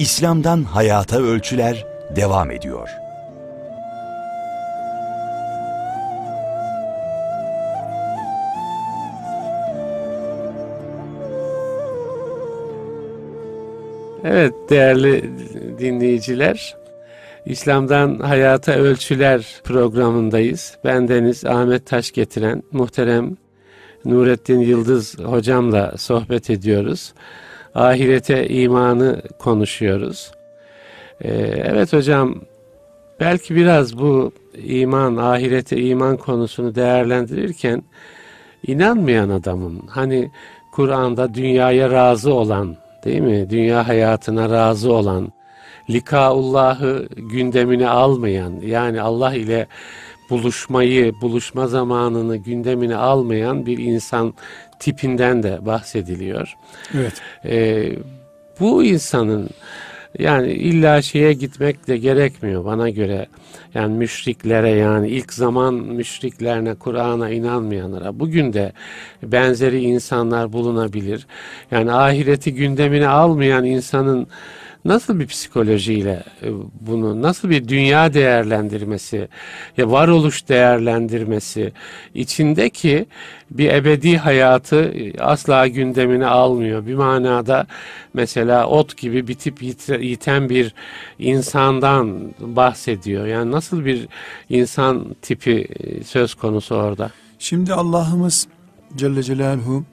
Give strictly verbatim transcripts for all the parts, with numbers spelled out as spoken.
İslam'dan Hayata Ölçüler devam ediyor. Evet değerli dinleyiciler, İslam'dan Hayata Ölçüler programındayız. Bendeniz Ahmet Taş getiren muhterem Nurettin Yıldız hocamla sohbet ediyoruz. Ahirete imanı konuşuyoruz. Ee, evet hocam, belki biraz bu iman, ahirete iman konusunu değerlendirirken inanmayan adamın, hani Kur'an'da dünyaya razı olan, değil mi? Dünya hayatına razı olan, likaullahı gündemine almayan, yani Allah ile buluşmayı, buluşma zamanını gündemine almayan bir insan tipinden de bahsediliyor. Evet. Ee, bu insanın yani illa şeye gitmek de gerekmiyor bana göre. Yani müşriklere, yani ilk zaman müşriklerine, Kur'an'a inanmayanlara bugün de benzeri insanlar bulunabilir. Yani ahireti gündemine almayan insanın nasıl bir psikolojiyle bunu, nasıl bir dünya değerlendirmesi, ya varoluş değerlendirmesi, içindeki bir ebedi hayatı asla gündemine almıyor. Bir manada mesela ot gibi bitip yiten bir insandan bahsediyor. Yani nasıl bir insan tipi söz konusu orada? Şimdi Allah'ımız Celle Celaluhu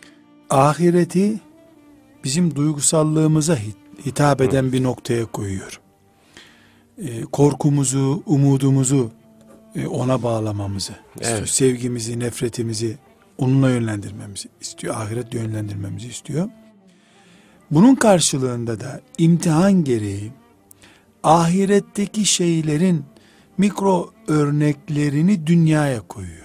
ahireti bizim duygusallığımıza hitap eden Hı. bir noktaya koyuyor. E, korkumuzu, umudumuzu e, ona bağlamamızı evet. istiyor. Sevgimizi, nefretimizi onunla yönlendirmemizi istiyor. Ahiret yönlendirmemizi istiyor. Bunun karşılığında da imtihan gereği ahiretteki şeylerin mikro örneklerini dünyaya koyuyor.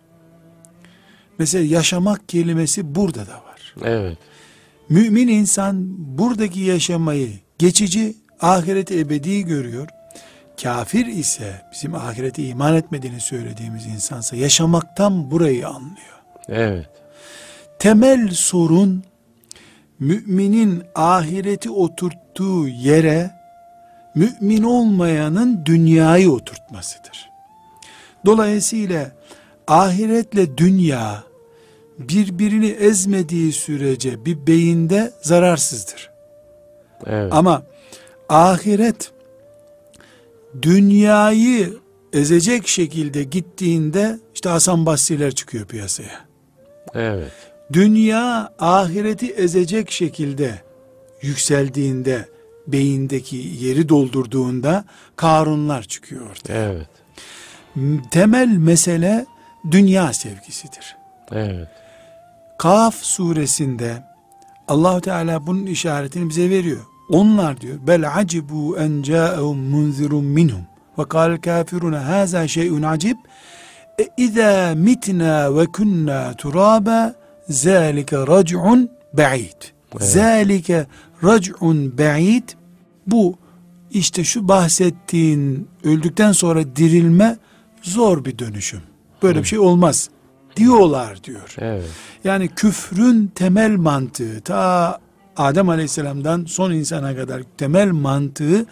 Mesela yaşamak kelimesi burada da var. Evet. Mümin insan buradaki yaşamayı geçici, ahireti ebedi görüyor. Kafir ise, bizim ahirete iman etmediğini söylediğimiz insansa yaşamaktan burayı anlıyor. Evet. Temel sorun müminin ahireti oturttuğu yere mümin olmayanın dünyayı oturtmasıdır. Dolayısıyla ahiretle dünya birbirini ezmediği sürece bir beyinde zararsızdır. Evet. Ama ahiret dünyayı ezecek şekilde gittiğinde işte Hasan Basri'ler çıkıyor piyasaya. Evet. Dünya ahireti ezecek şekilde yükseldiğinde, beyindeki yeri doldurduğunda Karunlar çıkıyor ortaya. Evet. Temel mesele dünya sevgisidir. Evet. Kaf suresinde Allah-u Teala bunun işaretini bize veriyor. Onlar diyor, bel acibu en ca'ehum munzirun minhum ve kâlel kâfiruna hâzâ şey'un acib e izâ mitnâ ve kunnâ turâbâ zâlike rac'un ba'id. Zâlike rac'un ba'id. Bu işte şu bahsettiğin öldükten sonra dirilme zor bir dönüşüm. Böyle bir şey olmaz diyorlar diyor. Evet. Yani küfrün temel mantığı, ta Adem Aleyhisselam'dan son insana kadar temel mantığı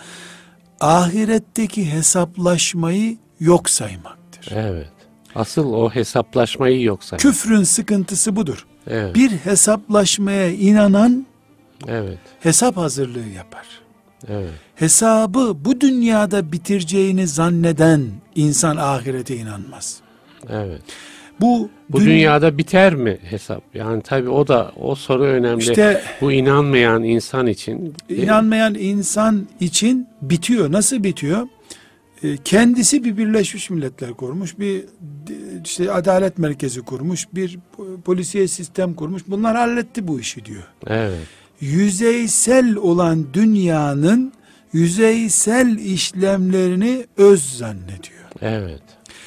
ahiretteki hesaplaşmayı yok saymaktır. Evet. Asıl o hesaplaşmayı yok saymak. Küfrün sıkıntısı budur. Evet. Bir hesaplaşmaya inanan evet. hesap hazırlığı yapar. Evet. Hesabı bu dünyada bitireceğini zanneden insan ahirete inanmaz. Evet. Bu, bu dün... dünyada biter mi hesap? Yani tabii o da o soru önemli. İşte, bu inanmayan insan için. İnanmayan insan için bitiyor. Nasıl bitiyor? E, kendisi bir Birleşmiş Milletler kurmuş, bir işte adalet merkezi kurmuş, bir polisiye sistem kurmuş. Bunlar halletti bu işi diyor. Evet. Yüzeysel olan dünyanın yüzeysel işlemlerini öz zannediyor. Evet.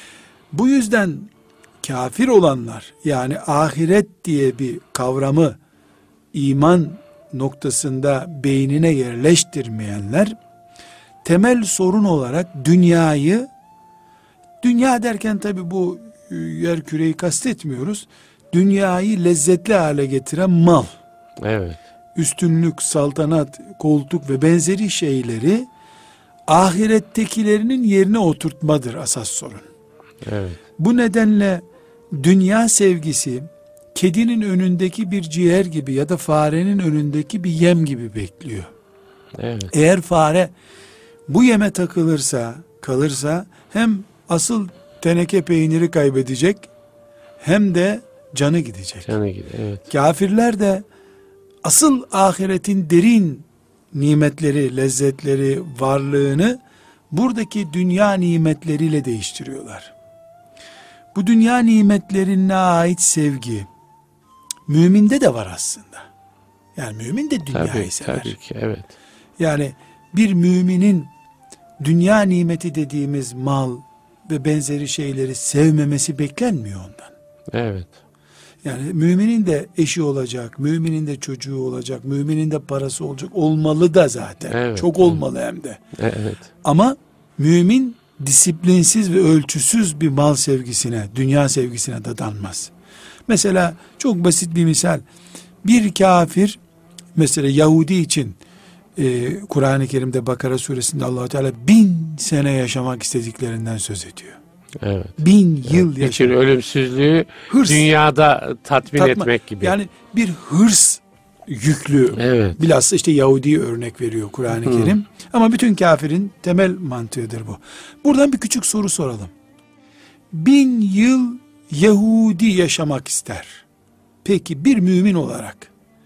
Bu yüzden kafir olanlar, yani ahiret diye bir kavramı iman noktasında beynine yerleştirmeyenler, temel sorun olarak dünyayı, dünya derken tabi bu yer küreyi kastetmiyoruz, dünyayı lezzetli hale getiren mal, evet. üstünlük, saltanat, koltuk ve benzeri şeyleri ahirettekilerinin yerine oturtmadır asas sorun. Evet. Bu nedenle dünya sevgisi kedinin önündeki bir ciğer gibi ya da farenin önündeki bir yem gibi bekliyor. Evet. Eğer fare bu yeme takılırsa, kalırsa hem asıl teneke peyniri kaybedecek hem de canı gidecek. Canı gidiyor. Evet. Kafirler de asıl ahiretin derin nimetleri, lezzetleri, varlığını buradaki dünya nimetleriyle değiştiriyorlar. Bu dünya nimetlerine ait sevgi müminde de var aslında. Yani mümin de dünyayı Tabii, sever. tabii ki. Evet. Yani bir müminin dünya nimeti dediğimiz mal ve benzeri şeyleri sevmemesi beklenmiyor ondan. Evet. Yani müminin de eşi olacak, müminin de çocuğu olacak, müminin de parası olacak, olmalı da zaten. Evet, Çok evet. olmalı hem de. Evet. Ama mümin disiplinsiz ve ölçüsüz bir mal sevgisine, dünya sevgisine dadanmaz. Mesela çok basit bir misal. Bir kafir, mesela Yahudi için e, Kur'an-ı Kerim'de Bakara suresinde Allah Teala bin sene yaşamak istediklerinden söz ediyor. Evet. Bin yıl Evet. yaşamak. İçin ölümsüzlüğü Hırs. dünyada tatmin Tatma- etmek gibi. Yani bir hırs yüklü. Evet. Bilhassa işte Yahudi'yi örnek veriyor Kur'an-ı Hı. Kerim. Ama bütün kafirin temel mantığıdır bu. Buradan bir küçük soru soralım. Bin yıl Yahudi yaşamak ister. Peki bir mümin olarak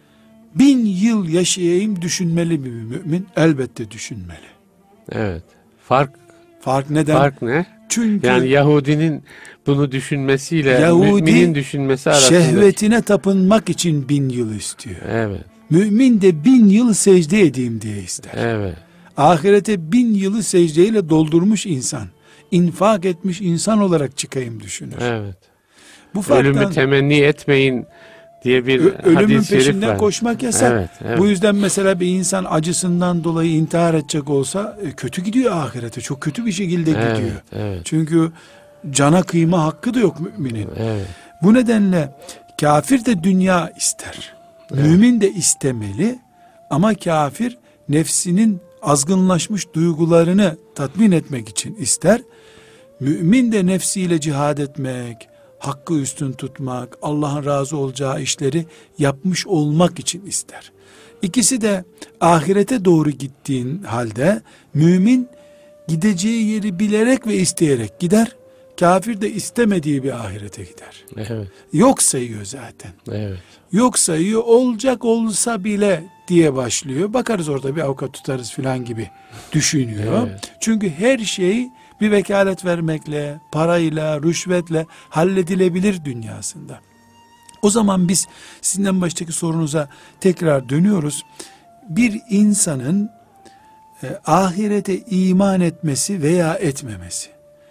bin yıl yaşayayım düşünmeli mi bir mümin? Elbette düşünmeli. Evet. Fark Fark neden? fark ne? Çünkü Yani Yahudinin bunu düşünmesiyle Yahudi müminin düşünmesi arasında. şehvetine tapınmak için bin yıl istiyor. Evet. Mümin de bin yıl secde edeyim diye ister. Evet. Ahirete bin yılı secdeyle doldurmuş insan, infak etmiş insan olarak çıkayım düşünür. Evet. Bu farktan Ölümü temenni etmeyin diye bir ö- ölümün hadis-i şerif peşinden var. koşmak yasak. Evet, evet. Bu yüzden mesela bir insan acısından dolayı intihar edecek olsa e, kötü gidiyor ahirete. Çok kötü bir şekilde Evet, gidiyor. evet. Çünkü cana kıyma hakkı da yok müminin. Evet. Bu nedenle kafir de dünya ister. Mümin de istemeli ama kafir nefsinin azgınlaşmış duygularını tatmin etmek için ister. Mümin de nefsiyle cihad etmek, hakkı üstün tutmak, Allah'ın razı olacağı işleri yapmış olmak için ister. İkisi de ahirete doğru gittiğin halde mümin gideceği yeri bilerek ve isteyerek gider. Kafir de istemediği bir ahirete gider. Evet. Yok sayıyor zaten. Evet. Yok sayıyor, olacak olsa bile diye başlıyor. Bakarız orada bir avukat tutarız filan gibi düşünüyor. Evet. Çünkü her şey bir vekalet vermekle, parayla, rüşvetle halledilebilir dünyasında. O zaman biz sizin en baştaki sorunuza tekrar dönüyoruz. Bir insanın e, ahirete iman etmesi veya etmemesi,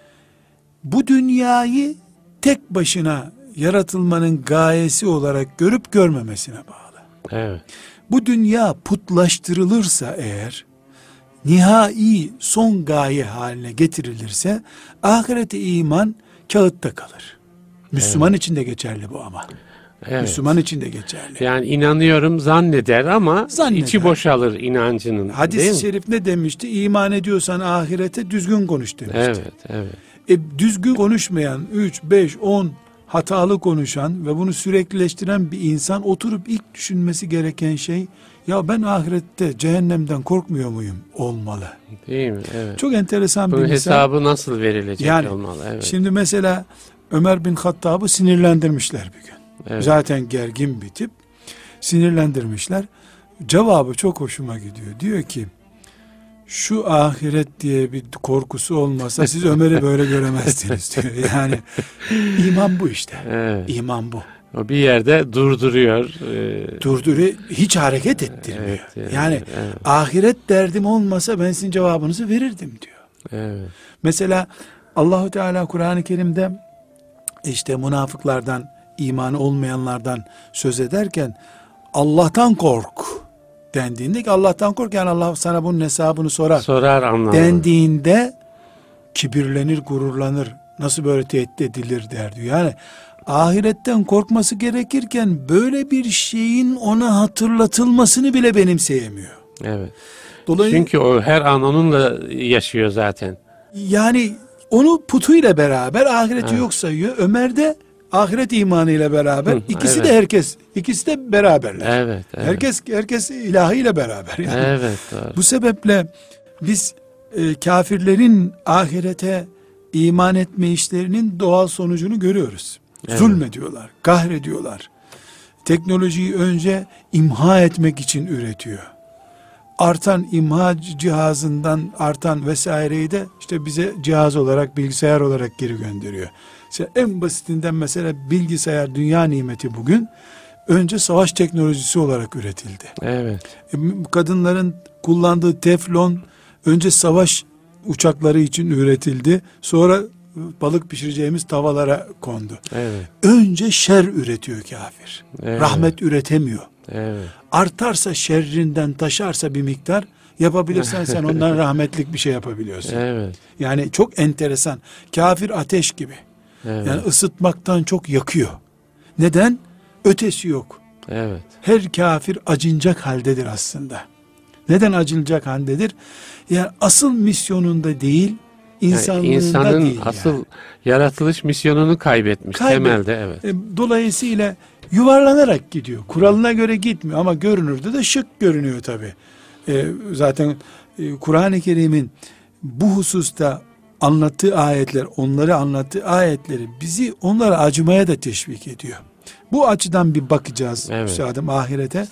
bu dünyayı tek başına yaratılmanın gayesi olarak görüp görmemesine bağlı. Evet. Bu dünya putlaştırılırsa eğer, nihai son gaye haline getirilirse, ahirete iman kağıtta kalır. Müslüman için de geçerli bu ama. Evet. Müslüman için de geçerli. Yani inanıyorum zanneder ama Zanneder. içi boşalır inancının. değil Hadis-i mi? şerif ne demişti? İman ediyorsan ahirete düzgün konuş demişti. Evet, evet. E, düzgün konuşmayan, üç, beş, on hatalı konuşan ve bunu süreklileştiren bir insan oturup ilk düşünmesi gereken şey, ya ben ahirette cehennemden korkmuyor muyum? Olmalı. Değil mi? Evet. Çok enteresan bir Bunun misal. hesabı nasıl verilecek Yani olmalı? Evet. Şimdi mesela Ömer bin Hattab'ı sinirlendirmişler bir gün. Evet. Zaten gergin bir tip. Sinirlendirmişler. Cevabı çok hoşuma gidiyor. Diyor ki, şu ahiret diye bir korkusu olmasa siz Ömer'i böyle göremezdiniz diyor. Yani iman bu işte. Evet. İman bu. O bir yerde durduruyor. Ee, Durduruyor, hiç hareket ettirmiyor. Evet, evet, yani evet. ahiret derdim olmasa ben sizin cevabınızı verirdim diyor. evet. Mesela Allahu Teala Kur'an-ı Kerim'de işte münafıklardan, imanı olmayanlardan söz ederken Allah'tan kork dendiğinde ki Allah'tan kork, yani Allah sana bunun hesabını sorar Sorar anlamı. dendiğinde kibirlenir, gururlanır, nasıl böyle tehdit edilir der diyor. Yani ahiretten korkması gerekirken böyle bir şeyin ona hatırlatılmasını bile benimseyemiyor. Evet. Dolayısıyla Çünkü o her an onunla yaşıyor zaten. yani onu putuyla beraber ahireti Evet. yok sayıyor. Ömer de ahiret imanıyla beraber. Hı, ikisi evet. de herkes, ikisi de beraberler. Evet, evet. Herkes herkes ilahiyle beraber. Yani. Evet, doğru. Bu sebeple biz e, kafirlerin ahirete iman etme işlerinin doğal sonucunu görüyoruz. Evet. Zulmediyorlar, kahrediyorlar. Teknolojiyi önce imha etmek için üretiyor. Artan imha cihazından artan vesaireyi de işte bize cihaz olarak, bilgisayar olarak geri gönderiyor. İşte en basitinden mesela bilgisayar dünya nimeti bugün. Önce savaş teknolojisi olarak üretildi. Evet. E, Kadınların kullandığı teflon önce savaş uçakları için üretildi. Sonra e, balık pişireceğimiz tavalara kondu. Evet. Önce şer üretiyor kafir. Evet. Rahmet üretemiyor. Evet. Artarsa şerrinden taşarsa bir miktar yapabilirsen sen ondan rahmetlik bir şey yapabiliyorsun. Evet. Yani çok enteresan. Kafir ateş gibi. Evet. Yani ısıtmaktan çok yakıyor. Neden? Ötesi yok. Evet. Her kafir acınacak haldedir aslında. Neden acınacak haldedir? Yani asıl misyonunda değil, insanlığında Yani insanın değil. asıl yani. yaratılış misyonunu kaybetmiş Kaybet- temelde, evet. E, Dolayısıyla yuvarlanarak gidiyor. Kuralına göre gitmiyor ama görünürde de şık görünüyor tabi. E, zaten e, Kur'an-ı Kerim'in bu hususta anlattığı ayetler, onları anlattığı ayetleri bizi onlara acımaya da teşvik ediyor. Bu açıdan bir bakacağız Evet. müsaadım ahirete.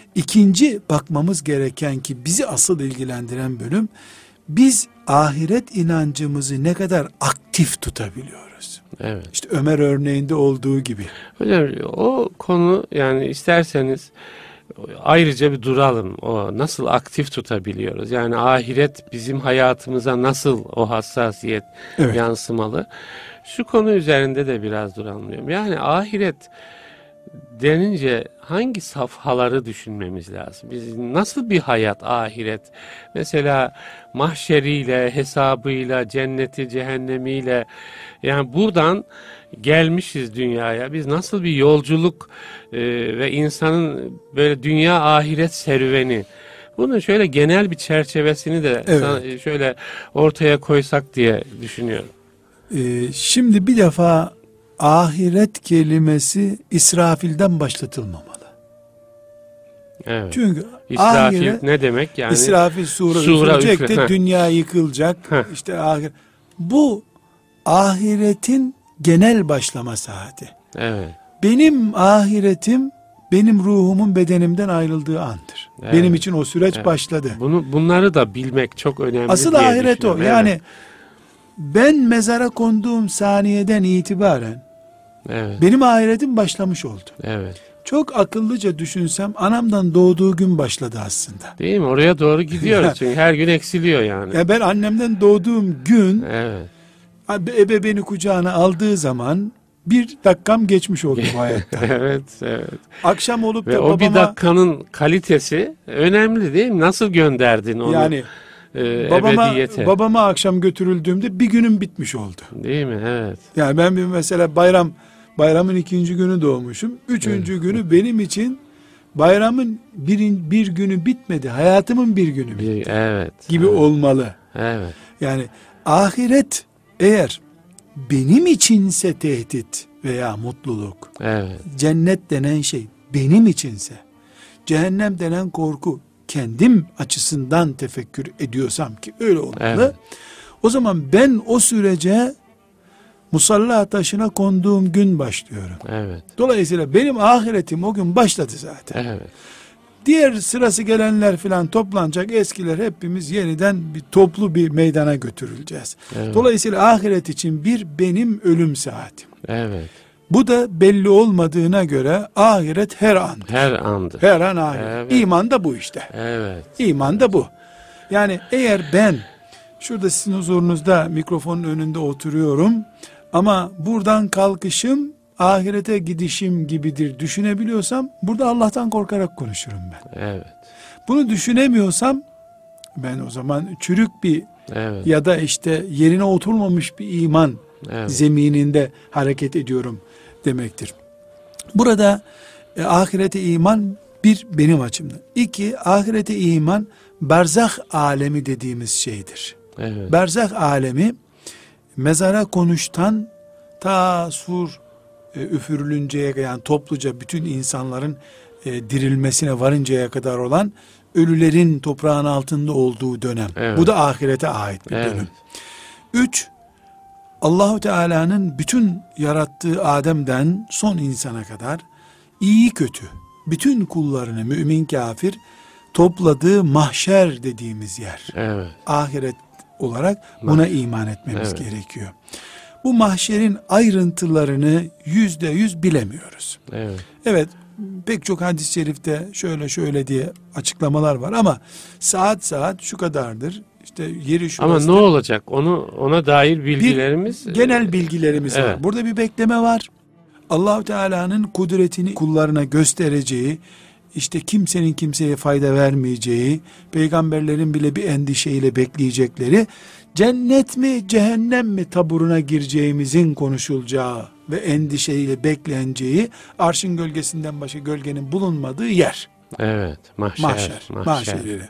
İkinci bakmamız gereken ki bizi asıl ilgilendiren bölüm, biz ahiret inancımızı ne kadar aktif tutabiliyoruz. Evet. İşte Ömer örneğinde olduğu gibi. Hocam o konu, yani isterseniz ayrıca bir duralım. O nasıl aktif tutabiliyoruz? Yani ahiret bizim hayatımıza nasıl o hassasiyet Evet. yansımalı? Şu konu üzerinde de biraz duralım diyorum. Yani ahiret denince hangi safhaları düşünmemiz lazım? Biz nasıl bir hayat ahiret? Mesela mahşeriyle, hesabıyla, cenneti, cehennemiyle, yani buradan gelmişiz dünyaya. Biz nasıl bir yolculuk e, ve insanın böyle dünya ahiret serüveni. Bunun şöyle genel bir çerçevesini de Evet. sana- şöyle ortaya koysak diye düşünüyorum. Ee, şimdi bir defa ahiret kelimesi İsrafil'den başlatılmamalı. Evet. Çünkü İsrafil ahiret, ne demek yani? İsrafil sura, Sura üfleyecek üfle- de heh. dünya yıkılacak. Heh. İşte ahir. Bu ahiretin genel başlama saati. Evet. Benim ahiretim benim ruhumun bedenimden ayrıldığı andır. Evet. Benim için o süreç Evet. başladı. Bunu bunları da bilmek çok önemli. Asıl diye ahiret o. düşünüyorum. Yani Evet. ben mezara konduğum saniyeden itibaren Evet. benim ahiretim başlamış oldu. Evet. Çok akıllıca düşünsem anamdan doğduğu gün başladı aslında. Değil mi? Oraya doğru gidiyoruz çünkü her gün eksiliyor yani. Ya ben annemden doğduğum gün Evet. ebe beni kucağına aldığı zaman bir dakikam geçmiş oldu bu hayatta. Evet, evet. Akşam olup Ve da o bir babama dakikanın kalitesi önemli değil mi? Nasıl gönderdin onu yani e, babama ebediyete? babama akşam götürüldüğümde bir günüm bitmiş oldu. Değil mi? Evet. Yani ben bir mesela bayram bayramın ikinci günü doğmuşum. Üçüncü günü benim için bayramın birin, bir günü bitmedi. Hayatımın bir günü bitti Bir, evet. gibi evet, olmalı. Evet. Yani ahiret eğer benim içinse tehdit veya mutluluk, Evet. cennet denen şey benim içinse, cehennem denen korku kendim açısından tefekkür ediyorsam ki öyle olmalı. Evet. O zaman ben o sürece musalla taşına konduğum gün başlıyorum. Evet. Dolayısıyla benim ahiretim o gün başladı zaten. Evet. Diğer sırası gelenler filan toplanacak, eskiler hepimiz yeniden bir toplu bir meydana götürüleceğiz. Evet. Dolayısıyla ahiret için bir benim ölüm saatim. Evet. Bu da belli olmadığına göre ahiret her an. Her andır. Her an ahiret. Evet. İman da bu işte. Evet. İman da bu. Yani eğer ben şurada sizin huzurunuzda mikrofonun önünde oturuyorum ama buradan kalkışım ahirete gidişim gibidir düşünebiliyorsam burada Allah'tan korkarak konuşurum ben. Evet. Bunu düşünemiyorsam ben o zaman çürük bir Evet. ya da işte yerine oturmamış bir iman Evet. zemininde hareket ediyorum demektir. Burada e, ahirete iman bir, benim açımdan. İki, ahirete iman berzah alemi dediğimiz şeydir. Evet. Berzah alemi mezara konuştan ta sur e, üfürülünceye, yani topluca bütün insanların e, dirilmesine varıncaya kadar olan ölülerin toprağın altında olduğu dönem. Evet. Bu da ahirete ait bir Evet. dönem. Üç, Allahu Teala'nın bütün yarattığı Adem'den son insana kadar iyi kötü bütün kullarını, mümin kafir, topladığı mahşer dediğimiz yer. Evet. Ahiret olarak buna iman etmemiz Evet. gerekiyor. Bu mahşerin ayrıntılarını yüzde yüz bilemiyoruz. Evet. Evet, pek çok hadis-i şerifte şöyle şöyle diye açıklamalar var ama saat saat şu kadardır, İşte yeri Ama şurası. ne olacak? Onu ona dair bilgilerimiz Bir genel bilgilerimiz Evet. var. Burada bir bekleme var. Allahu Teala'nın kudretini kullarına göstereceği, işte kimsenin kimseye fayda vermeyeceği, peygamberlerin bile bir endişeyle bekleyecekleri, cennet mi cehennem mi taburuna gireceğimizin konuşulacağı ve endişeyle bekleneceği, arşın gölgesinden başka gölgenin bulunmadığı yer. Evet. Mahşer. Mahşer. Mahşer. Mahşer yeri.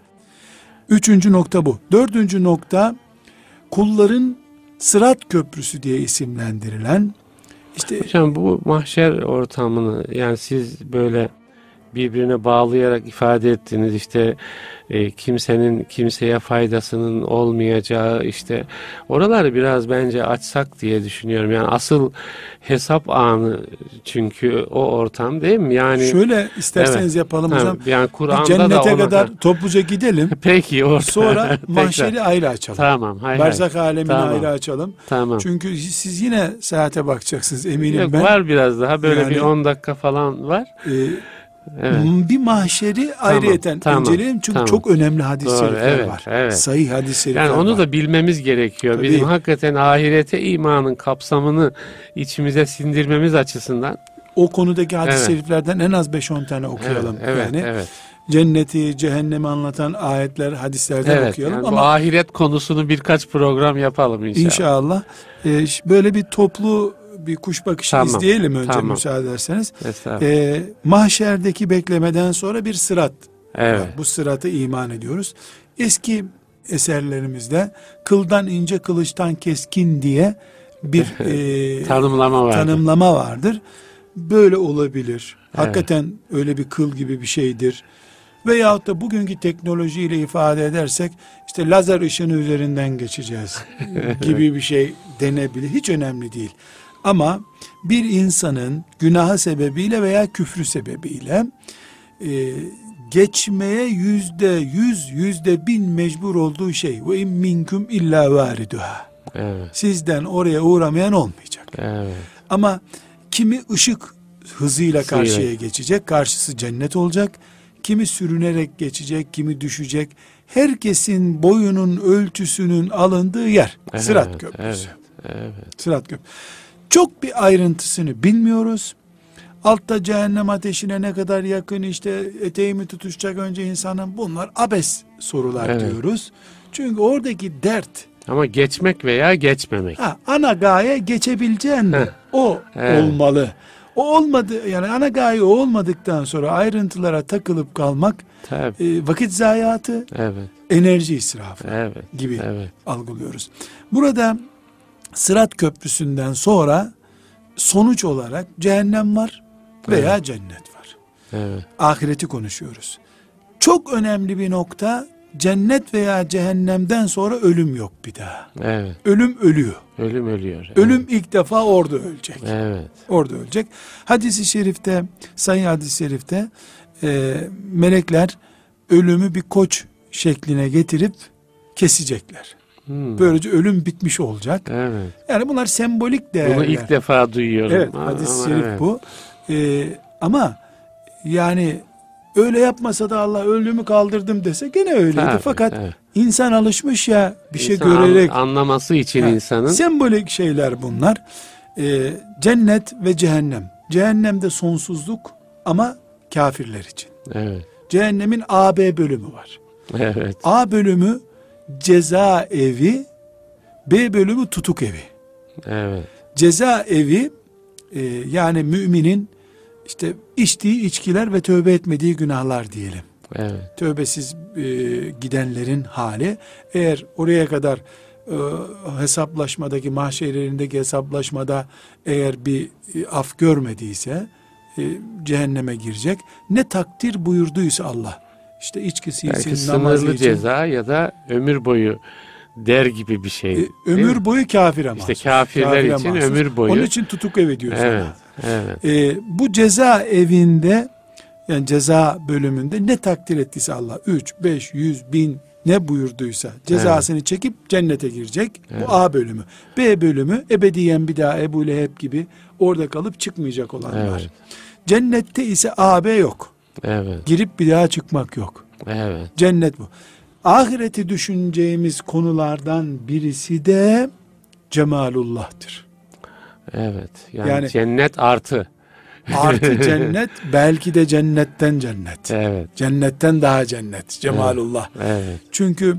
Üçüncü nokta bu. Dördüncü nokta, kulların Sırat Köprüsü diye isimlendirilen, işte Hocam bu mahşer ortamını, yani siz böyle birbirine bağlayarak ifade ettiniz, işte e, kimsenin kimseye faydasının olmayacağı, işte oraları biraz bence açsak diye düşünüyorum. Yani asıl hesap anı çünkü o ortam, değil mi? Yani şöyle isterseniz evet. yapalım Ha, hocam. yani Bir Kur'an'da da cennete ona kadar topluca gidelim. Peki orada. Sonra Tekrar. mahşeri ayrı açalım. Tamam. Hay Berzak hay. alemini Tamam. ayrı açalım. Tamam. Çünkü siz yine saate bakacaksınız eminim Yok, ben. var biraz daha böyle Yani- bir on dakika falan var. Ee, Evet. Bir mahşeri ayrıyeten tamam, inceleyelim çünkü tamam. çok önemli hadis-i Doğru, şerifler evet, var. evet. Sahih hadis-i şerifler Yani onu var. da bilmemiz gerekiyor. Tabii. Bizim hakikaten ahirete imanın kapsamını içimize sindirmemiz açısından. O konudaki hadis-i Evet. şeriflerden en az beş on tane Evet, okuyalım. evet, yani evet. cenneti, cehennemi anlatan ayetler, hadislerden Evet, okuyalım yani bu ama ahiret konusunu birkaç program yapalım inşallah. İnşallah. Ee, ş- böyle bir toplu bir kuş bakışı Tamam, izleyelim önce tamam. müsaade ederseniz. Estağfurullah. Ee, mahşerdeki beklemeden sonra bir sırat Evet. var. Bu sıratı iman ediyoruz. Eski eserlerimizde kıldan ince kılıçtan keskin diye bir e, Tanımlama var. tanımlama vardır. Böyle olabilir. Evet. Hakikaten öyle bir kıl gibi bir şeydir. Veyahut da bugünkü teknolojiyle ifade edersek işte lazer ışını üzerinden geçeceğiz gibi bir şey denebilir. Hiç önemli değil. Ama bir insanın günahı sebebiyle veya küfrü sebebiyle e, geçmeye yüzde yüz, yüzde bin mecbur olduğu şey, ve in minkum illa variduha. Evet. Sizden oraya uğramayan olmayacak. Evet. Ama kimi ışık hızıyla Hızıyla. karşıya geçecek, karşısı cennet olacak. Kimi sürünerek geçecek, kimi düşecek. Herkesin boyunun ölçüsünün alındığı yer. Evet, Sırat Köprüsü. Evet. Evet. Sırat Köprüsü. Çok bir ayrıntısını bilmiyoruz. Altta cehennem ateşine ne kadar yakın, işte eteğimi tutuşacak önce insanın, bunlar abes sorular Evet. diyoruz. Çünkü oradaki dert, Ama geçmek veya geçmemek. ha, ana gaye geçebileceğin mi? Heh. O Evet. olmalı. O olmadı, yani ana gaye olmadıktan sonra ayrıntılara takılıp kalmak Tabii. e, vakit zayiatı, Evet. enerji israfı Evet. gibi Evet. algılıyoruz. Burada Sırat Köprüsü'nden sonra sonuç olarak cehennem var veya Evet. cennet var. Evet. Ahireti konuşuyoruz. Çok önemli bir nokta, cennet veya cehennemden sonra ölüm yok bir daha. Evet. Ölüm ölüyor. Ölüm ölüyor. Evet. Ölüm ilk defa orada ölecek. Evet. Orada ölecek. Hadis-i şerifte, sayı hadis-i şerifte e, melekler ölümü bir koç şekline getirip kesecekler. Hmm. Böylece ölüm bitmiş olacak. Evet. Yani bunlar sembolik değerler. Bunu ilk defa duyuyorum. Evet, Ama- hadis-i ama şerif evet. bu. Ee, ama yani öyle yapmasa da Allah öldüğümü kaldırdım dese gene öyleydi. Tabii, Fakat evet. insan alışmış ya bir şey İnsan görerek. an- anlaması için Ha, insanın. sembolik şeyler bunlar. Ee, cennet ve cehennem. Cehennemde sonsuzluk ama kafirler için. Evet. Cehennemin A B bölümü var. Evet. A bölümü ceza evi, B bölümü tutuk evi. Evet. Ceza evi e, yani müminin işte içtiği içkiler ve tövbe etmediği günahlar diyelim. Evet. Tövbesiz e, gidenlerin hali. Eğer oraya kadar e, hesaplaşmadaki, mahşerlerindeki hesaplaşmada eğer bir e, af görmediyse e, cehenneme girecek. Ne takdir buyurduysa Allah. İşte içkisi Belki için, namazı sınırlı için. ceza ya da ömür boyu der gibi bir şey. E, değil ömür mi? boyu kafire mahsus. İşte kafirler Kafire için mahsus. ömür boyu. Onun için tutuk evi diyor Evet. sana. Evet. E, bu ceza evinde, yani ceza bölümünde ne takdir ettiyse Allah, üç, beş, yüz, bin ne buyurduysa cezasını çekip cennete girecek. Evet. Bu A bölümü. B bölümü ebediyen bir daha Ebu Leheb gibi orada kalıp çıkmayacak olanlar. Evet. Cennette ise A, B yok. Evet. Girip bir daha çıkmak yok. Evet. Cennet bu. Ahireti düşüneceğimiz konulardan birisi de cemalullah'tır. Evet. Yani, Yani- cennet artı. Artı cennet, belki de cennetten cennet. Evet. Cennetten daha cennet. Cemalullah. Evet. Çünkü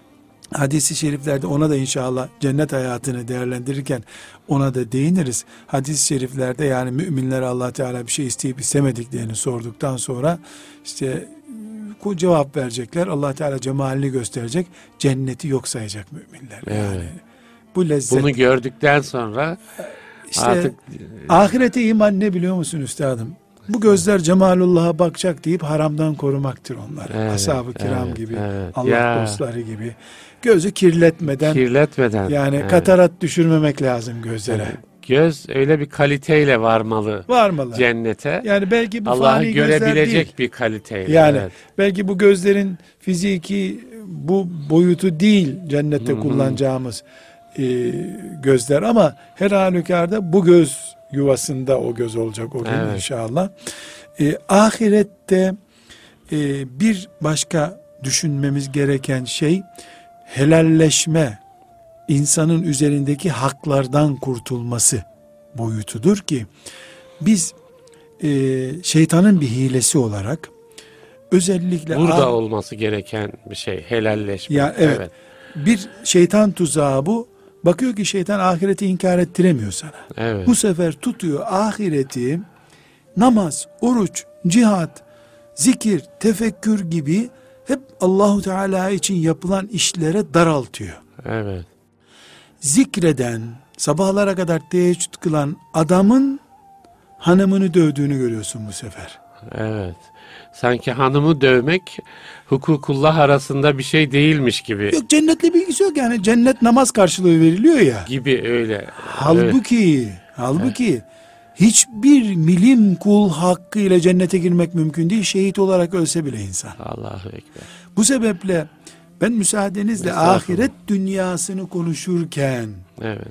hadis-i şeriflerde ona da inşallah cennet hayatını değerlendirirken ona da değiniriz. Hadis-i şeriflerde yani müminler Allah Teala bir şey isteyip istemediklerini sorduktan sonra işte ku cevap verecekler. Allah Teala cemalini gösterecek. Cenneti yok sayacak müminler. Yani Evet. bu lezzet. Bunu gördükten sonra işte artık ahirete iman ne biliyor musun üstadım? Bu gözler cemalullah'a bakacak deyip haramdan korumaktır onlar. Evet, Ashab-ı kiram evet, gibi, evet. Allah Ya. dostları gibi. Gözü kirletmeden, kirletmeden. yani Evet. katarat düşürmemek lazım gözlere. Göz öyle bir kaliteyle varmalı Varmalı. cennete. Yani belki bu Allah'ı fani gözler görebilecek değil. bir kaliteyle. Yani evet. belki bu gözlerin fiziki bu boyutu değil cennette Hı hı. kullanacağımız e, gözler, ama her halükarda bu göz yuvasında o göz olacak o gün Evet. inşallah. E, ahirette e, bir başka düşünmemiz gereken şey helalleşme, insanın üzerindeki haklardan kurtulması boyutudur ki biz e, şeytanın bir hilesi olarak özellikle Burada ah- olması gereken bir şey helalleşme. Ya, evet. bir şeytan tuzağı bu. Bakıyor ki şeytan ahireti inkar ettiremiyor sana. Evet. Bu sefer tutuyor ahireti namaz, oruç, cihat, zikir, tefekkür gibi hep Allahu Teala için yapılan işlere daraltıyor. Evet. Zikreden, sabahlara kadar teheccüd kılan adamın hanımını dövdüğünü görüyorsun bu sefer. Evet. Sanki hanımı dövmek hukukullah arasında bir şey değilmiş gibi. Yok, cennetle bilgisi yok yani, cennet namaz karşılığı veriliyor ya. Gibi öyle. Halbuki, halbuki hiçbir milim kul hakkı ile cennete girmek mümkün değil, şehit olarak ölse bile insan. Allahu Ekber. Bu sebeple ben müsaadenizle Estağfurullah. ahiret dünyasını konuşurken Evet.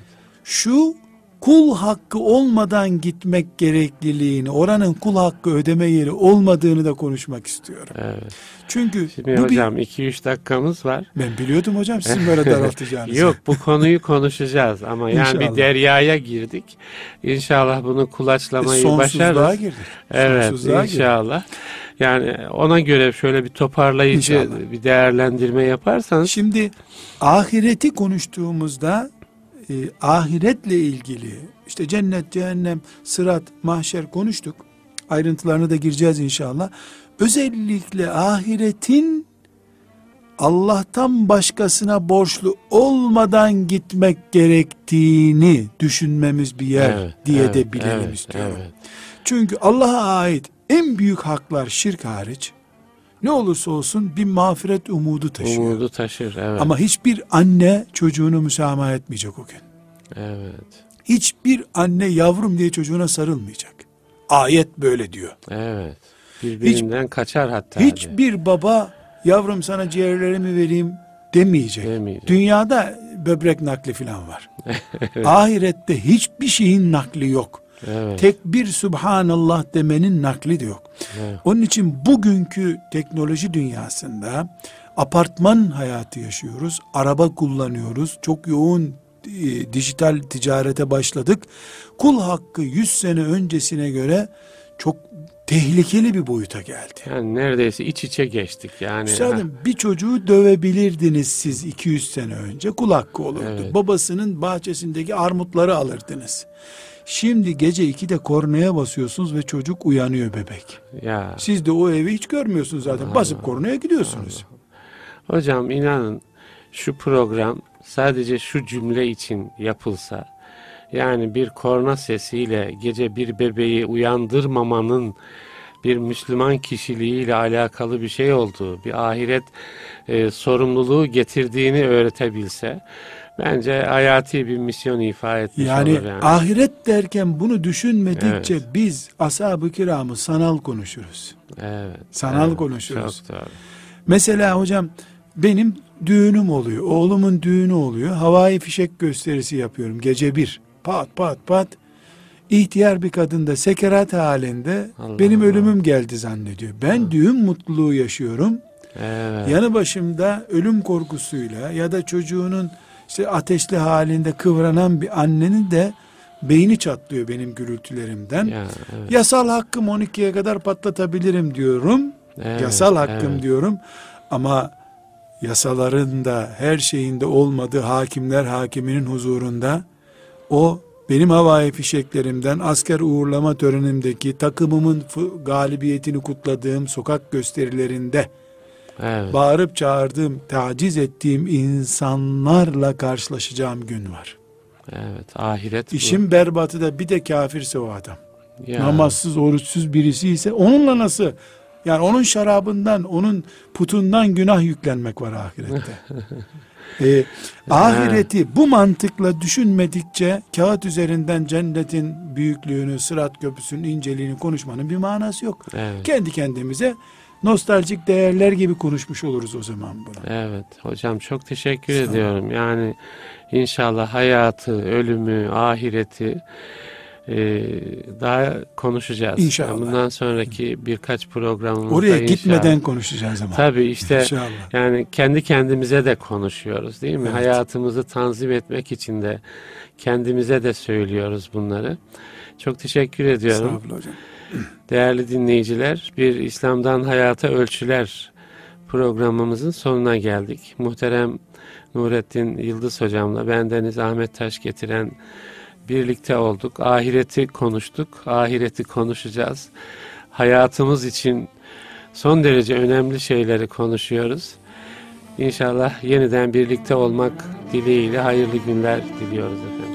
şu kul hakkı olmadan gitmek gerekliliğini, oranın kul hakkı ödeme yeri olmadığını da konuşmak istiyorum. Evet. Çünkü Şimdi bu hocam iki üç dakikamız var. bir, ben biliyordum hocam sizin böyle daraltacağınızı. Yok, bu konuyu konuşacağız ama yani İnşallah. bir deryaya girdik. İnşallah bunu kulaçlamayı Sonsuzluğa başarırız. girdik. Evet, Sonsuzluğa girdik. inşallah. Yani ona göre şöyle bir toparlayıcı İnşallah. bir değerlendirme yaparsanız. Şimdi ahireti konuştuğumuzda e, ahiretle ilgili işte cennet, cehennem, sırat, mahşer konuştuk. Ayrıntılarına da gireceğiz inşallah. Özellikle ahiretin Allah'tan başkasına borçlu olmadan gitmek gerektiğini düşünmemiz bir yer Evet, diye evet, de bilelim evet, istiyorum. evet. Çünkü Allah'a ait en büyük haklar şirk hariç ne olursa olsun bir mağfiret umudu taşıyor. Umudu taşır. Evet. Ama hiçbir anne çocuğunu müsamaha etmeyecek o gün. Evet. Hiçbir anne yavrum diye çocuğuna sarılmayacak. Ayet böyle diyor. Evet. Birbirinden kaçar hatta. Hiçbir baba yavrum sana ciğerlerimi vereyim demeyecek. Demeyecek. Dünyada böbrek nakli falan var. Ahirette hiçbir şeyin nakli yok. Evet. Tek bir Subhanallah demenin nakli de yok. Evet. Onun için bugünkü teknoloji dünyasında apartman hayatı yaşıyoruz. Araba kullanıyoruz. Çok yoğun e, dijital ticarete başladık. Kul hakkı yüz sene öncesine göre çok tehlikeli bir boyuta geldi. Yani neredeyse iç içe geçtik yani. Üstadım, bir çocuğu dövebilirdiniz siz iki yüz sene önce, kul hakkı olurdu. Evet. Babasının bahçesindeki armutları alırdınız. Şimdi gece ikide kornaya basıyorsunuz ve çocuk uyanıyor, bebek. Ya. Siz de o evi hiç görmüyorsunuz zaten. Allah Basıp Allah. kornaya gidiyorsunuz. Hocam inanın şu program sadece şu cümle için yapılsa, yani bir korna sesiyle gece bir bebeği uyandırmamanın bir Müslüman kişiliğiyle alakalı bir şey olduğu, bir ahiret e, sorumluluğu getirdiğini öğretebilse, bence hayati bir misyon ifa etmiş Yani, olur yani. ahiret derken bunu düşünmedikçe Evet. biz ashab-ı kiramı sanal konuşuruz. Evet. Sanal evet, konuşuruz. Çok doğru. Mesela hocam, benim düğünüm oluyor. Oğlumun düğünü oluyor. Havai fişek gösterisi yapıyorum. Gece bir. Pat pat pat. İhtiyar bir kadın da sekerat halinde Allah benim Allah. ölümüm geldi zannediyor. Ben düğün mutluluğu yaşıyorum. Evet. Yanı başımda ölüm korkusuyla ya da çocuğunun işte ateşli halinde kıvranan bir annenin de beyni çatlıyor benim gürültülerimden. Ya, evet. Yasal hakkım on ikiye kadar patlatabilirim diyorum. Evet, Yasal hakkım evet. diyorum. Ama yasaların da her şeyinde olmadığı hakimler hakiminin huzurunda o benim havai fişeklerimden asker uğurlama törenimdeki takımımın galibiyetini kutladığım sokak gösterilerinde Evet. bağırıp çağırdığım, taciz ettiğim insanlarla karşılaşacağım gün var. Evet. Ahiret bu. İşin berbatı da bir de kafirse o adam. Ya. Namazsız, oruçsuz birisi ise onunla nasıl, yani onun şarabından, onun putundan günah yüklenmek var ahirette. ee, ahireti bu mantıkla düşünmedikçe kağıt üzerinden cennetin büyüklüğünü, Sırat Köprüsü'nün inceliğini konuşmanın bir manası yok. Evet. Kendi kendimize nostaljik değerler gibi konuşmuş oluruz o zaman bunu. Evet hocam, çok teşekkür Sağ ediyorum. Yani inşallah hayatı, ölümü, ahireti e, daha konuşacağız. İnşallah. Yani bundan sonraki birkaç programımızda Oraya inşallah. gitmeden konuşacağız ama. Tabii işte İnşallah. yani kendi kendimize de konuşuyoruz değil mi? Evet. Hayatımızı tanzim etmek için de kendimize de söylüyoruz bunları. Çok teşekkür ediyorum. Estağfurullah hocam. Değerli dinleyiciler, bir İslam'dan Hayata Ölçüler programımızın sonuna geldik. Muhterem Nurettin Yıldız hocamla bendeniz Ahmet Taş getiren birlikte olduk. Ahireti konuştuk, ahireti konuşacağız. Hayatımız için son derece önemli şeyleri konuşuyoruz. İnşallah yeniden birlikte olmak dileğiyle hayırlı günler diliyoruz efendim.